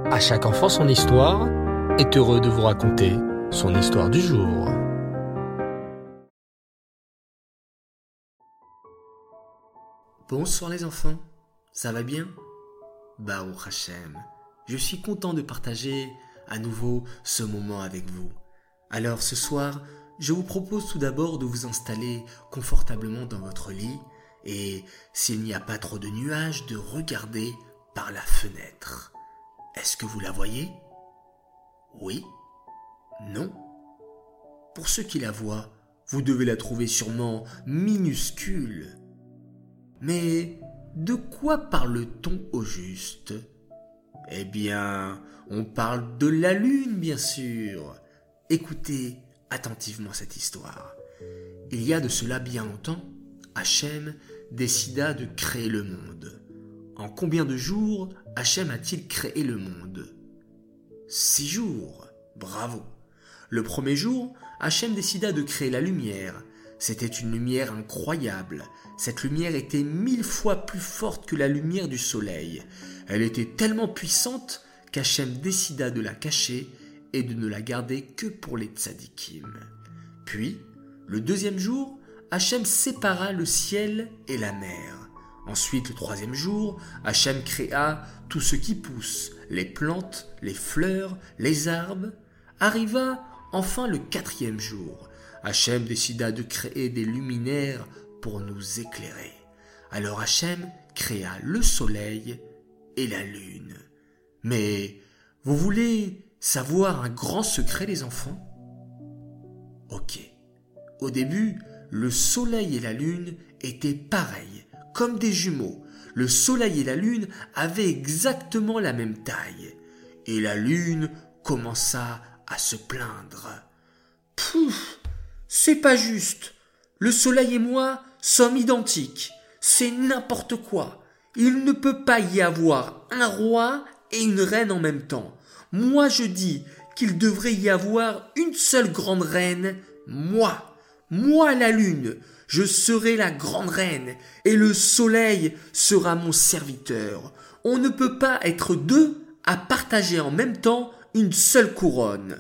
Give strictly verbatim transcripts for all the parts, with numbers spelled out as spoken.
À chaque enfant son histoire est heureux de vous raconter son histoire du jour. Bonsoir les enfants, ça va bien? Baruch Hashem, je suis content de partager à nouveau ce moment avec vous. Alors ce soir, je vous propose tout d'abord de vous installer confortablement dans votre lit et, s'il n'y a pas trop de nuages, de regarder par la fenêtre. Est-ce que vous la voyez? Oui? Non? Pour ceux qui la voient, vous devez la trouver sûrement minuscule. Mais de quoi parle-t-on au juste? Eh bien, on parle de la lune, bien sûr. Écoutez attentivement cette histoire. Il y a de cela bien longtemps, Hachem décida de créer le monde. En combien de jours Hachem a-t-il créé le monde? Six jours. Bravo. Le premier jour, Hachem décida de créer la lumière. C'était une lumière incroyable. Cette lumière était mille fois plus forte que la lumière du soleil. Elle était tellement puissante qu'Hachem décida de la cacher et de ne la garder que pour les tzadikim. Puis, le deuxième jour, Hachem sépara le ciel et la mer. Ensuite, le troisième jour, Hachem créa tout ce qui pousse, les plantes, les fleurs, les arbres. Arriva enfin le quatrième jour. Hachem décida de créer des luminaires pour nous éclairer. Alors Hachem créa le soleil et la lune. Mais vous voulez savoir un grand secret, les enfants? Ok. Au début, le soleil et la lune étaient pareils, comme des jumeaux. Le soleil et la lune avaient exactement la même taille. Et la lune commença à se plaindre. Pouf, c'est pas juste. Le soleil et moi sommes identiques. C'est n'importe quoi. Il ne peut pas y avoir un roi et une reine en même temps. Moi, je dis qu'il devrait y avoir une seule grande reine. Moi, moi la lune, je serai la grande reine et le soleil sera mon serviteur. On ne peut pas être deux à partager en même temps une seule couronne.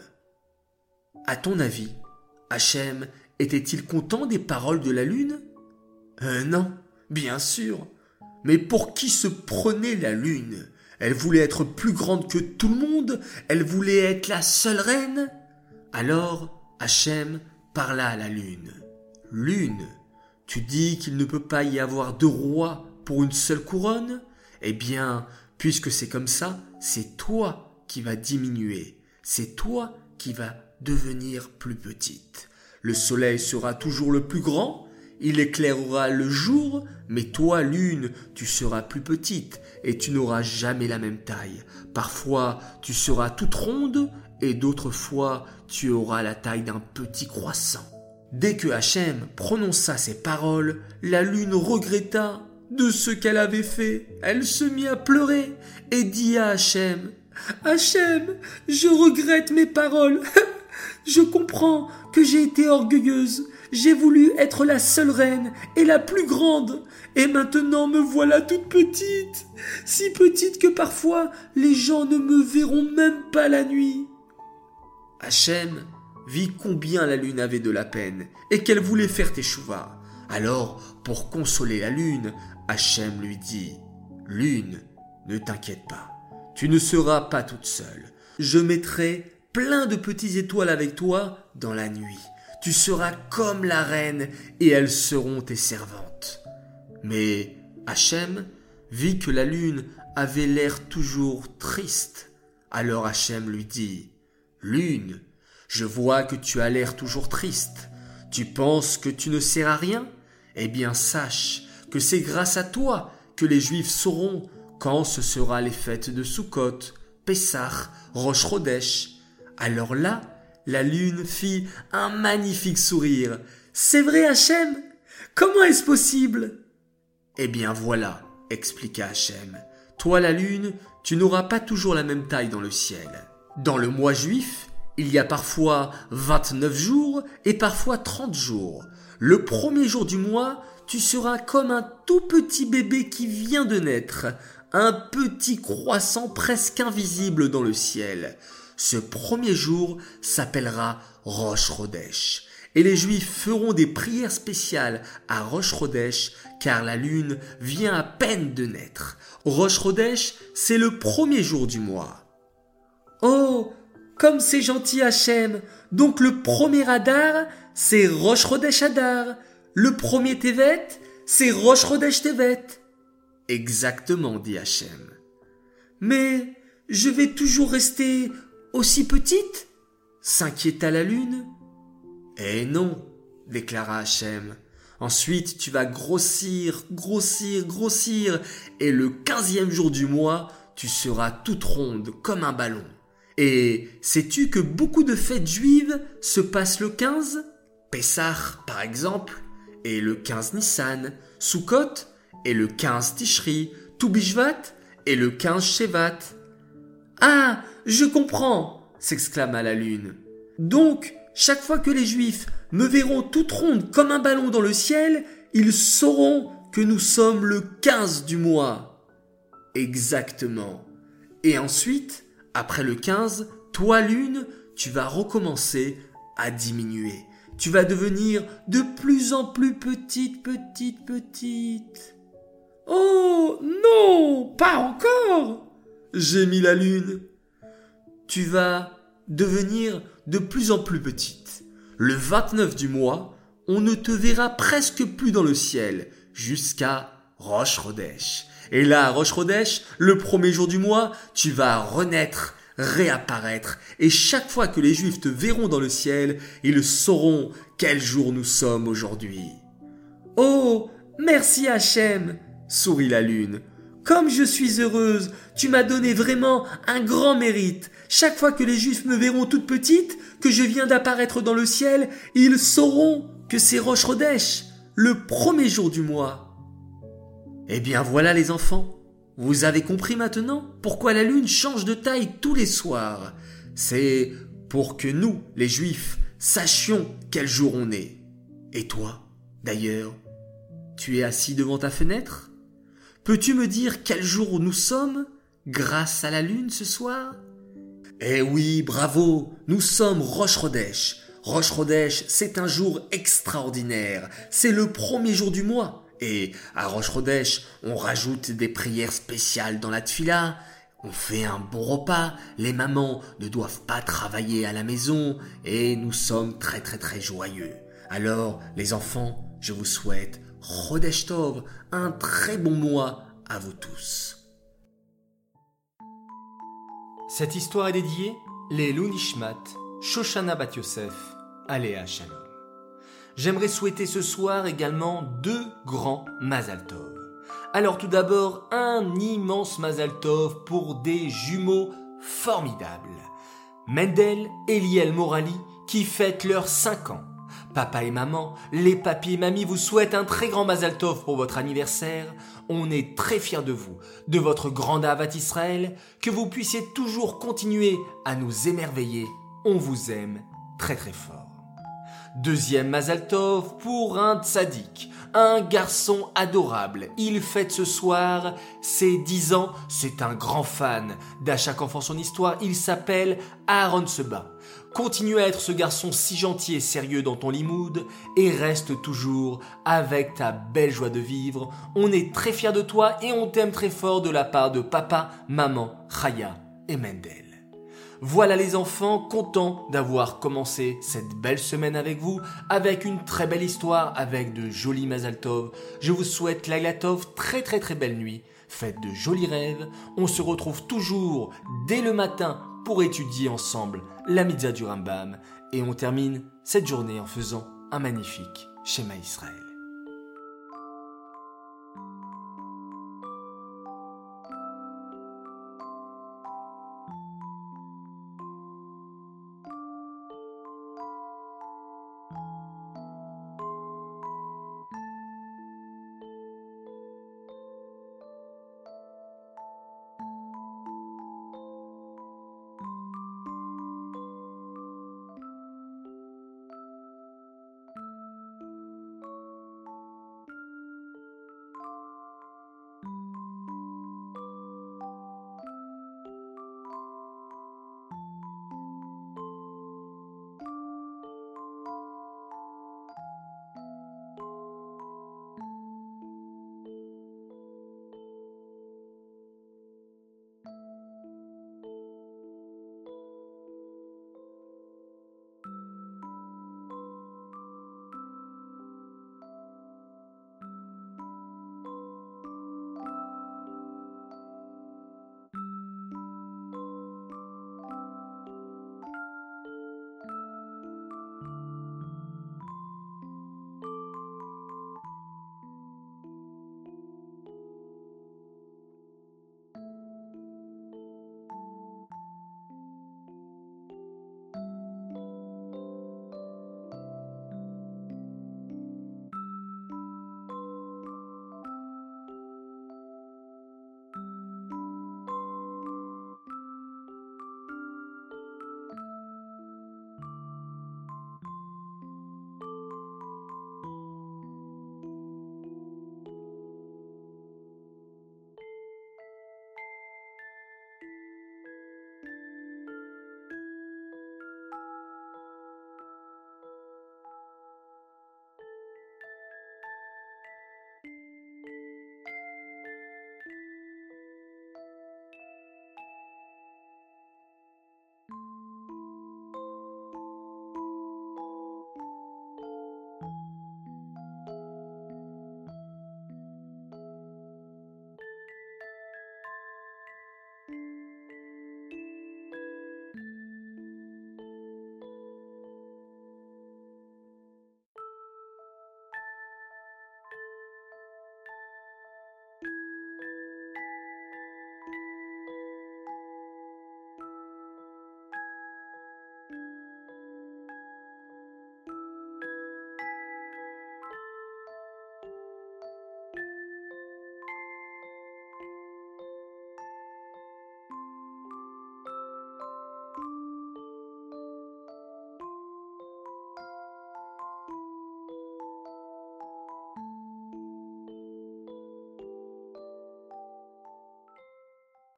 À ton avis, Hachem était-il content des paroles de la lune? Euh, non, bien sûr. Mais pour qui se prenait la lune? Elle voulait être plus grande que tout le monde? Elle voulait être la seule reine? Alors Hachem parla à la lune. Lune, tu dis qu'il ne peut pas y avoir deux rois pour une seule couronne? Eh bien, puisque c'est comme ça, c'est toi qui vas diminuer. C'est toi qui vas devenir plus petite. Le soleil sera toujours le plus grand, il éclairera le jour, mais toi, lune, tu seras plus petite et tu n'auras jamais la même taille. Parfois, tu seras toute ronde et d'autres fois, tu auras la taille d'un petit croissant. Dès que Hachem prononça ces paroles, la lune regretta de ce qu'elle avait fait. Elle se mit à pleurer et dit à Hachem, « Hachem, je regrette mes paroles. Je comprends que j'ai été orgueilleuse. J'ai voulu être la seule reine et la plus grande. Et maintenant me voilà toute petite. Si petite que parfois les gens ne me verront même pas la nuit. » Hachem vit combien la lune avait de la peine et qu'elle voulait faire teshuva. Alors, pour consoler la lune, Hachem lui dit, « Lune, ne t'inquiète pas. Tu ne seras pas toute seule. Je mettrai plein de petites étoiles avec toi dans la nuit. Tu seras comme la reine et elles seront tes servantes. » Mais Hachem vit que la lune avait l'air toujours triste. Alors Hachem lui dit, « Lune, je vois que tu as l'air toujours triste. Tu penses que tu ne sers à rien? Eh bien sache que c'est grâce à toi que les Juifs sauront quand ce sera les fêtes de Sukkot, Pessah, Rosh Chodesh. » Alors là, la lune fit un magnifique sourire. « C'est vrai, Hachem? Comment est-ce possible ?» Eh bien voilà, expliqua Hachem. Toi, la lune, tu n'auras pas toujours la même taille dans le ciel. Dans le mois juif, il y a parfois vingt-neuf jours et parfois trente jours. Le premier jour du mois, tu seras comme un tout petit bébé qui vient de naître, un petit croissant presque invisible dans le ciel. Ce premier jour s'appellera Rosh Chodesh. Et les Juifs feront des prières spéciales à Rosh Chodesh, car la lune vient à peine de naître. Rosh Chodesh, c'est le premier jour du mois. Oh, comme c'est gentil Hachem. Donc le premier Adar, c'est Rosh Chodesh Adar. Le premier Tevet, c'est Rosh Chodesh Tevet. Exactement, dit Hachem. Mais je vais toujours rester aussi petite ? S'inquiéta la lune. Eh non, déclara Hachem. Ensuite, tu vas grossir, grossir, grossir, et le quinzième jour du mois, tu seras toute ronde comme un ballon. Et sais-tu que beaucoup de fêtes juives se passent le quinze ? Pessah, par exemple, et le quinze Nissan, Sukkot, et le quinze Tishri, Toubishvat, et le quinze Shevat. Ah, je comprends, s'exclama la lune. Donc, chaque fois que les Juifs me verront toute ronde comme un ballon dans le ciel, ils sauront que nous sommes le quinze du mois. Exactement. Et ensuite, après le quinze, toi, lune, tu vas recommencer à diminuer. Tu vas devenir de plus en plus petite, petite, petite. Oh non, pas encore, gémit la lune. Tu vas devenir de plus en plus petite. Le vingt-neuf du mois, on ne te verra presque plus dans le ciel, jusqu'à Rosh Chodesh. Et là, à Rosh Chodesh, le premier jour du mois, tu vas renaître, réapparaître. Et chaque fois que les Juifs te verront dans le ciel, ils sauront quel jour nous sommes aujourd'hui. Oh, merci Hachem, sourit la lune. Comme je suis heureuse, tu m'as donné vraiment un grand mérite. Chaque fois que les Juifs me verront toute petite, que je viens d'apparaître dans le ciel, ils sauront que c'est Rosh Chodesh, le premier jour du mois. Eh bien voilà les enfants, vous avez compris maintenant pourquoi la lune change de taille tous les soirs. C'est pour que nous, les Juifs, sachions quel jour on est. Et toi, d'ailleurs, tu es assis devant ta fenêtre ? Peux-tu me dire quel jour nous sommes grâce à la lune ce soir ? Eh oui, bravo, nous sommes Rosh Chodesh. Rosh Chodesh, c'est un jour extraordinaire. C'est le premier jour du mois. Et à Rosh Chodesh, on rajoute des prières spéciales dans la tfila. On fait un bon repas. Les mamans ne doivent pas travailler à la maison. Et nous sommes très très très joyeux. Alors, les enfants, je vous souhaite Chodesh Tov, un très bon mois à vous tous. Cette histoire est dédiée Leilou Nishmat, Shoshana Bat Yosef, Aléa Shalom. J'aimerais souhaiter ce soir également deux grands Mazal Tov. Alors tout d'abord, un immense Mazal Tov pour des jumeaux formidables. Mendel et Liel Morali qui fêtent leurs cinq ans. Papa et maman, les papis et mamies vous souhaitent un très grand Mazal Tov pour votre anniversaire. On est très fiers de vous, de votre grande Ahavat Israël, que vous puissiez toujours continuer à nous émerveiller. On vous aime très très fort. Deuxième Mazal Tov pour un tzaddik, un garçon adorable. Il fête ce soir ses dix ans. C'est un grand fan d'À chaque enfant son histoire. Il s'appelle Aaron Seba. Continue à être ce garçon si gentil et sérieux dans ton limoud et reste toujours avec ta belle joie de vivre. On est très fiers de toi et on t'aime très fort de la part de papa, maman, Chaya et Mendel. Voilà les enfants, contents d'avoir commencé cette belle semaine avec vous, avec une très belle histoire, avec de jolis Mazal Tov. Je vous souhaite Laila Tov, très très très belle nuit, faites de jolis rêves. On se retrouve toujours dès le matin pour étudier ensemble la Mitzvah du Rambam. Et on termine cette journée en faisant un magnifique Shema Israël.